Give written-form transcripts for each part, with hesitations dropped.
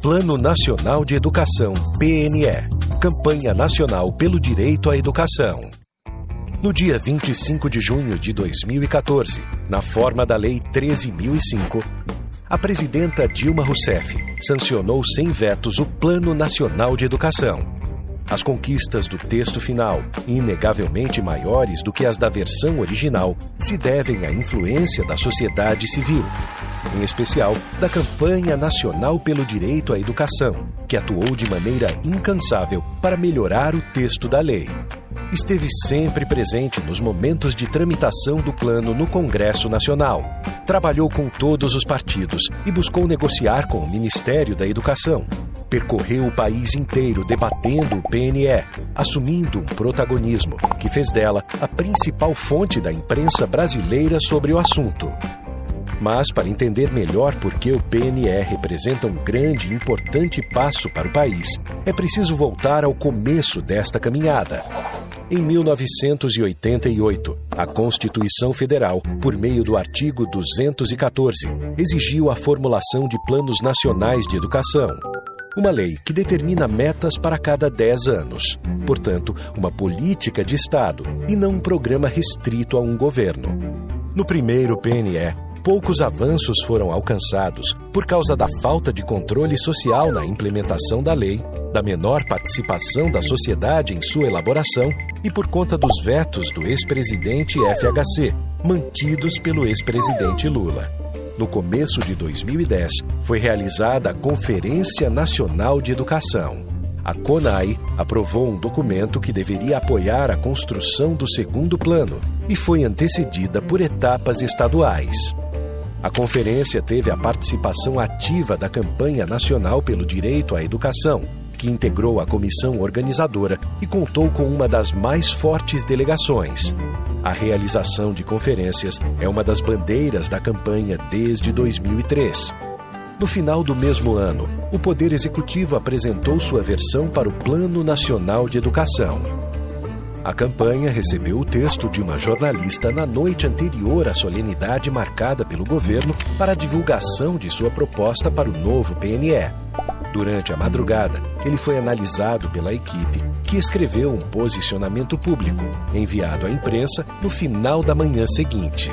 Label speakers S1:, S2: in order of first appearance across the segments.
S1: Plano Nacional de Educação, PNE. Campanha Nacional pelo Direito à Educação. No dia 25 de junho de 2014, na forma da Lei 13.005, a presidenta Dilma Rousseff sancionou sem vetos o Plano Nacional de Educação. As conquistas do texto final, inegavelmente maiores do que as da versão original, se devem à influência da sociedade civil, em especial da Campanha Nacional pelo Direito à Educação, que atuou de maneira incansável para melhorar o texto da lei. Esteve sempre presente nos momentos de tramitação do plano no Congresso Nacional. Trabalhou com todos os partidos e buscou negociar com o Ministério da Educação. Percorreu o país inteiro debatendo o PNE, assumindo um protagonismo que fez dela a principal fonte da imprensa brasileira sobre o assunto. Mas, para entender melhor por que o PNE representa um grande e importante passo para o país, é preciso voltar ao começo desta caminhada. Em 1988, a Constituição Federal, por meio do artigo 214, exigiu a formulação de planos nacionais de educação. Uma lei que determina metas para cada 10 anos. Portanto, uma política de Estado e não um programa restrito a um governo. No primeiro PNE, poucos avanços foram alcançados por causa da falta de controle social na implementação da lei, da menor participação da sociedade em sua elaboração e por conta dos vetos do ex-presidente FHC, mantidos pelo ex-presidente Lula. No começo de 2010, foi realizada a Conferência Nacional de Educação. A CONAI aprovou um documento que deveria apoiar a construção do segundo plano e foi antecedida por etapas estaduais. A conferência teve a participação ativa da Campanha Nacional pelo Direito à Educação, que integrou a comissão organizadora e contou com uma das mais fortes delegações. A realização de conferências é uma das bandeiras da campanha desde 2003. No final do mesmo ano, o Poder Executivo apresentou sua versão para o Plano Nacional de Educação. A campanha recebeu o texto de uma jornalista na noite anterior à solenidade marcada pelo governo para a divulgação de sua proposta para o novo PNE. Durante a madrugada, ele foi analisado pela equipe, que escreveu um posicionamento público, enviado à imprensa no final da manhã seguinte.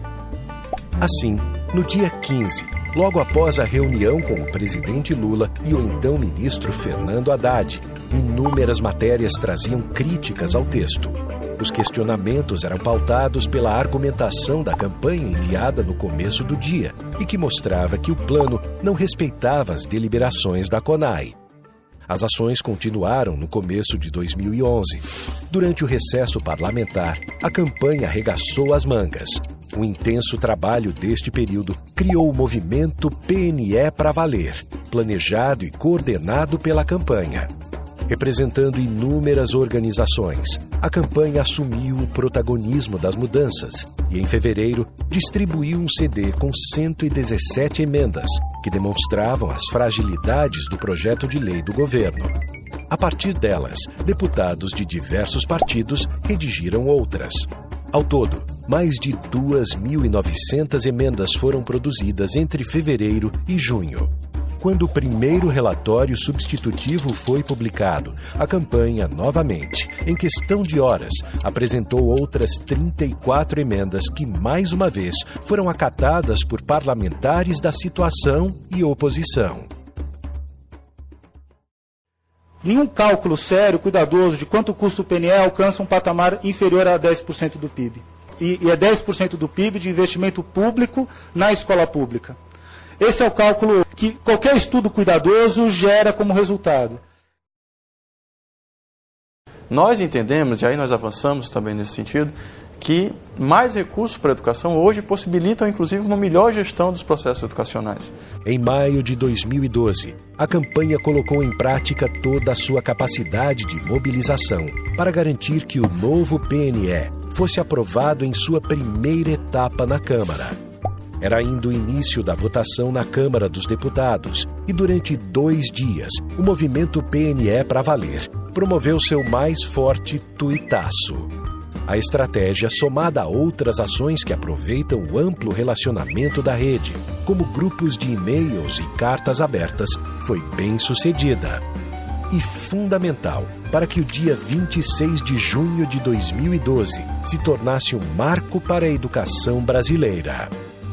S1: Assim, no dia 15, logo após a reunião com o presidente Lula e o então ministro Fernando Haddad, inúmeras matérias traziam críticas ao texto. Os questionamentos eram pautados pela argumentação da campanha enviada no começo do dia e que mostrava que o plano não respeitava as deliberações da CONAI. As ações continuaram no começo de 2011. Durante o recesso parlamentar, a campanha arregaçou as mangas. O intenso trabalho deste período criou o movimento PNE pra Valer, planejado e coordenado pela campanha. Representando inúmeras organizações, a campanha assumiu o protagonismo das mudanças e, em fevereiro, distribuiu um CD com 117 emendas que demonstravam as fragilidades do projeto de lei do governo. A partir delas, deputados de diversos partidos redigiram outras. Ao todo, mais de 2.900 emendas foram produzidas entre fevereiro e junho. Quando o primeiro relatório substitutivo foi publicado, a campanha, novamente, em questão de horas, apresentou outras 34 emendas que, mais uma vez, foram acatadas por parlamentares da situação e oposição.
S2: Nenhum cálculo sério, cuidadoso, de quanto custa o PNE alcança um patamar inferior a 10% do PIB. E é 10% do PIB de investimento público na escola pública. Esse é o cálculo que qualquer estudo cuidadoso gera como resultado.
S3: Nós entendemos, e aí nós avançamos também nesse sentido, que mais recursos para a educação hoje possibilitam, inclusive, uma melhor gestão dos processos educacionais.
S1: Em maio de 2012, a campanha colocou em prática toda a sua capacidade de mobilização para garantir que o novo PNE fosse aprovado em sua primeira etapa na Câmara. Era ainda o início da votação na Câmara dos Deputados e durante 2 dias o movimento PNE pra Valer promoveu seu mais forte tuitaço. A estratégia, somada a outras ações que aproveitam o amplo relacionamento da rede, como grupos de e-mails e cartas abertas, foi bem sucedida. E fundamental para que o dia 26 de junho de 2012 se tornasse um marco para a educação brasileira.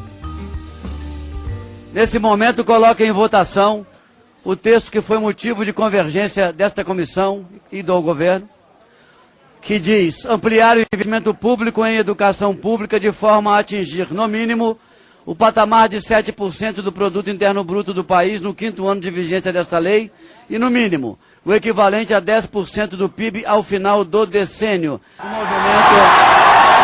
S4: Nesse momento, coloco em votação o texto que foi motivo de convergência desta comissão e do governo, que diz ampliar o investimento público em educação pública de forma a atingir, no mínimo, o patamar de 7% do produto interno bruto do país no 5º ano de vigência desta lei e, no mínimo, o equivalente a 10% do PIB ao final do decênio. O movimento...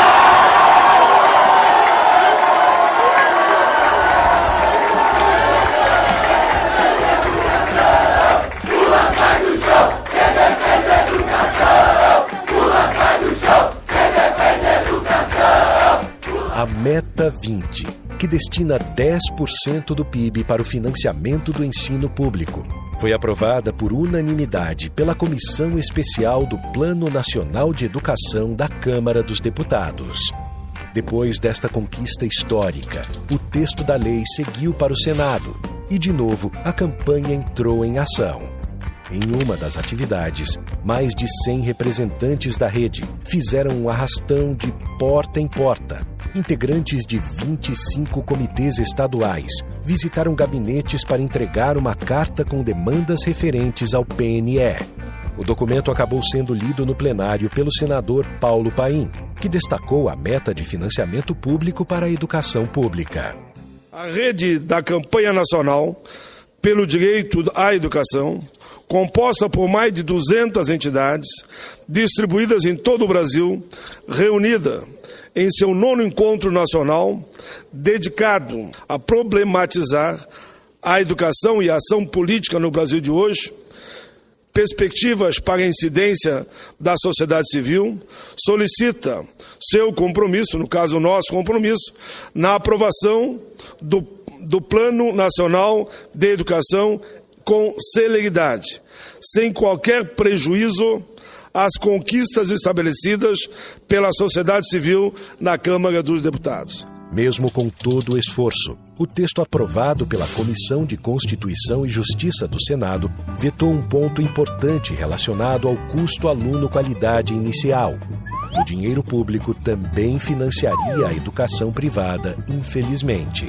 S1: A Meta 20, que destina 10% do PIB para o financiamento do ensino público, foi aprovada por unanimidade pela Comissão Especial do Plano Nacional de Educação da Câmara dos Deputados. Depois desta conquista histórica, o texto da lei seguiu para o Senado e, de novo, a campanha entrou em ação. Em uma das atividades, mais de 100 representantes da rede fizeram um arrastão de porta em porta. Integrantes de 25 comitês estaduais visitaram gabinetes para entregar uma carta com demandas referentes ao PNE. O documento acabou sendo lido no plenário pelo senador Paulo Paim, que destacou a meta de financiamento público para a educação pública.
S5: A rede da Campanha Nacional pelo Direito à Educação, composta por mais de 200 entidades, distribuídas em todo o Brasil, reunida em seu 9º encontro nacional, dedicado a problematizar a educação e a ação política no Brasil de hoje, perspectivas para a incidência da sociedade civil, solicita seu compromisso, no caso nosso compromisso, na aprovação do Plano Nacional de Educação com celeridade, sem qualquer prejuízo às conquistas estabelecidas pela sociedade civil na Câmara dos Deputados.
S1: Mesmo com todo o esforço, o texto aprovado pela Comissão de Constituição e Justiça do Senado vetou um ponto importante relacionado ao custo aluno-qualidade inicial. O dinheiro público também financiaria a educação privada, infelizmente.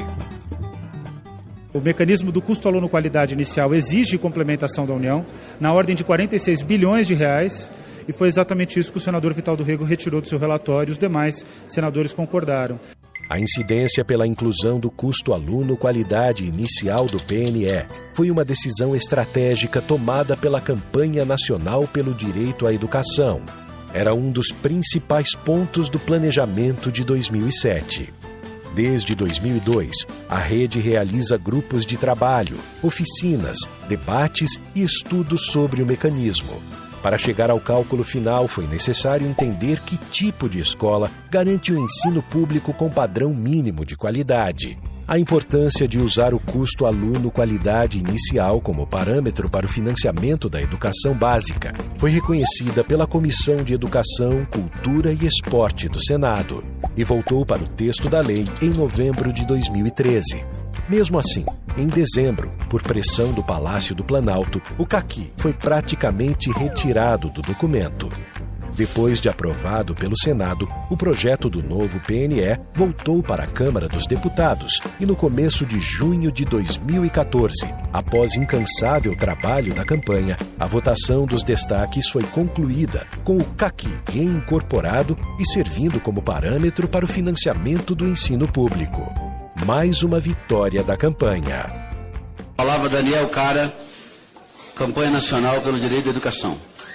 S2: O mecanismo do custo aluno-qualidade inicial exige complementação da União, na ordem de 46 bilhões de reais, e foi exatamente isso que o senador Vital do Rego retirou do seu relatório e os demais senadores concordaram.
S1: A incidência pela inclusão do custo aluno-qualidade inicial do PNE foi uma decisão estratégica tomada pela Campanha Nacional pelo Direito à Educação. Era um dos principais pontos do planejamento de 2007. Desde 2002, a rede realiza grupos de trabalho, oficinas, debates e estudos sobre o mecanismo. Para chegar ao cálculo final, foi necessário entender que tipo de escola garante um ensino público com padrão mínimo de qualidade. A importância de usar o custo aluno-qualidade inicial como parâmetro para o financiamento da educação básica foi reconhecida pela Comissão de Educação, Cultura e Esporte do Senado e voltou para o texto da lei em novembro de 2013. Mesmo assim, em dezembro, por pressão do Palácio do Planalto, o caqui foi praticamente retirado do documento. Depois de aprovado pelo Senado, o projeto do novo PNE voltou para a Câmara dos Deputados e no começo de junho de 2014, após incansável trabalho da campanha, a votação dos destaques foi concluída com o caqui reincorporado e servindo como parâmetro para o financiamento do ensino público. Mais uma vitória da campanha.
S4: Palavra Daniel Cara, Campanha Nacional pelo Direito à Educação.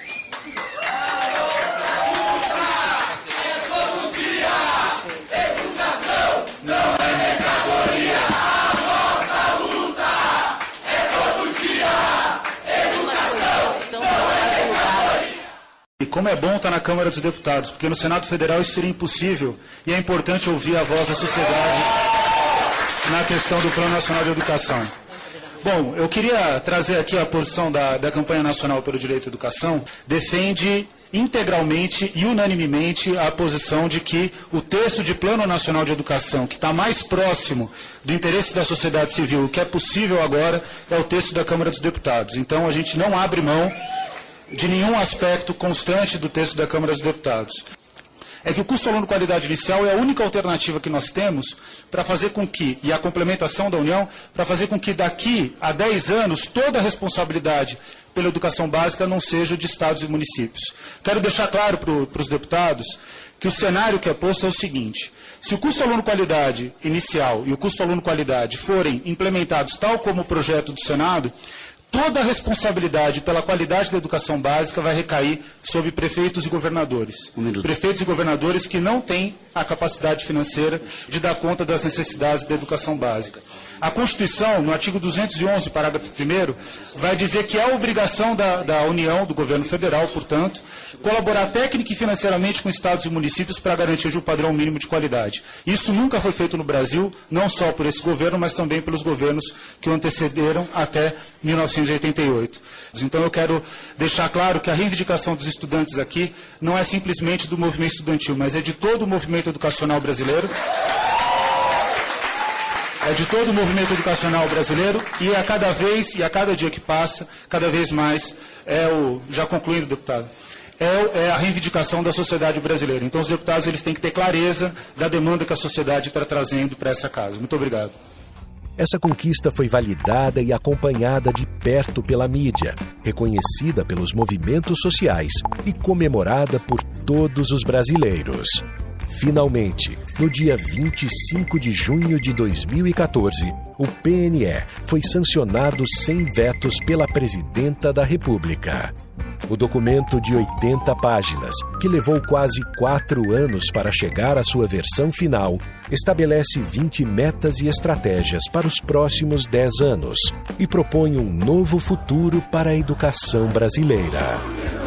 S2: E como é bom estar na Câmara dos Deputados, porque no Senado Federal isso seria impossível e é importante ouvir a voz da sociedade na questão do Plano Nacional de Educação. Bom, eu queria trazer aqui a posição da Campanha Nacional pelo Direito à Educação. Defende integralmente e unanimemente a posição de que o texto de Plano Nacional de Educação, que está mais próximo do interesse da sociedade civil, o que é possível agora, é o texto da Câmara dos Deputados. Então, a gente não abre mão de nenhum aspecto constante do texto da Câmara dos Deputados. É que o custo aluno qualidade inicial é a única alternativa que nós temos para fazer com que, e a complementação da União, para fazer com que daqui a 10 anos toda a responsabilidade pela educação básica não seja de estados e municípios. Quero deixar claro para os deputados que o cenário que é posto é o seguinte: se o custo aluno qualidade inicial e o custo aluno qualidade forem implementados tal como o projeto do Senado, toda a responsabilidade pela qualidade da educação básica vai recair sobre prefeitos e governadores. Prefeitos e governadores que não têm a capacidade financeira de dar conta das necessidades da educação básica. A Constituição, no artigo 211, parágrafo 1º, vai dizer que é a obrigação da União, do governo federal, portanto, colaborar técnica e financeiramente com estados e municípios para garantir um padrão mínimo de qualidade. Isso nunca foi feito no Brasil, não só por esse governo, mas também pelos governos que o antecederam até 1988. Então eu quero deixar claro que a reivindicação dos estudantes aqui não é simplesmente do movimento estudantil, mas é de todo o movimento educacional brasileiro. É de todo o movimento educacional brasileiro e a cada dia que passa, cada vez mais, já concluindo, deputado, é a reivindicação da sociedade brasileira. Então os deputados eles têm que ter clareza da demanda que a sociedade está trazendo para essa casa. Muito obrigado.
S1: Essa conquista foi validada e acompanhada de perto pela mídia, reconhecida pelos movimentos sociais e comemorada por todos os brasileiros. Finalmente, no dia 25 de junho de 2014, o PNE foi sancionado sem vetos pela Presidenta da República. O documento de 80 páginas, que levou quase 4 anos para chegar à sua versão final, estabelece 20 metas e estratégias para os próximos 10 anos e propõe um novo futuro para a educação brasileira.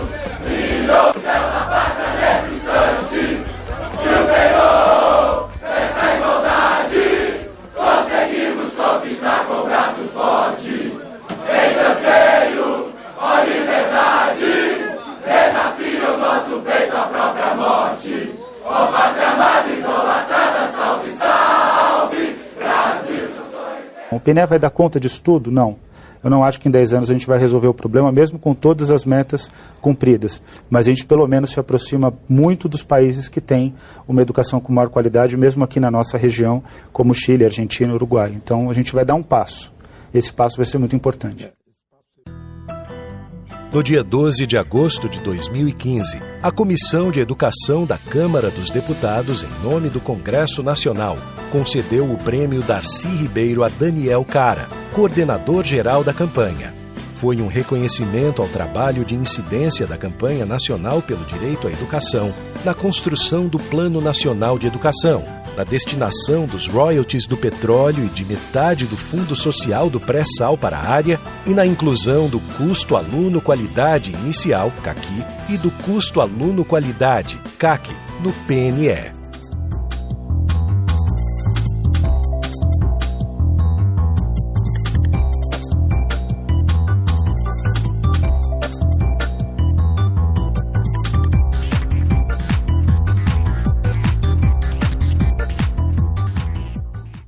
S2: O PNE vai dar conta disso tudo? Não. Eu não acho que em 10 anos a gente vai resolver o problema, mesmo com todas as metas cumpridas. Mas a gente pelo menos se aproxima muito dos países que têm uma educação com maior qualidade, mesmo aqui na nossa região, como Chile, Argentina e Uruguai. Então a gente vai dar um passo. Esse passo vai ser muito importante.
S1: No dia 12 de agosto de 2015, a Comissão de Educação da Câmara dos Deputados, em nome do Congresso Nacional, concedeu o prêmio Darcy Ribeiro a Daniel Cara, coordenador-geral da campanha. Foi um reconhecimento ao trabalho de incidência da Campanha Nacional pelo Direito à Educação na construção do Plano Nacional de Educação, na destinação dos royalties do petróleo e de metade do Fundo Social do Pré-Sal para a área e na inclusão do Custo Aluno Qualidade Inicial, CAQI, e do Custo Aluno Qualidade, CAQ, no PNE.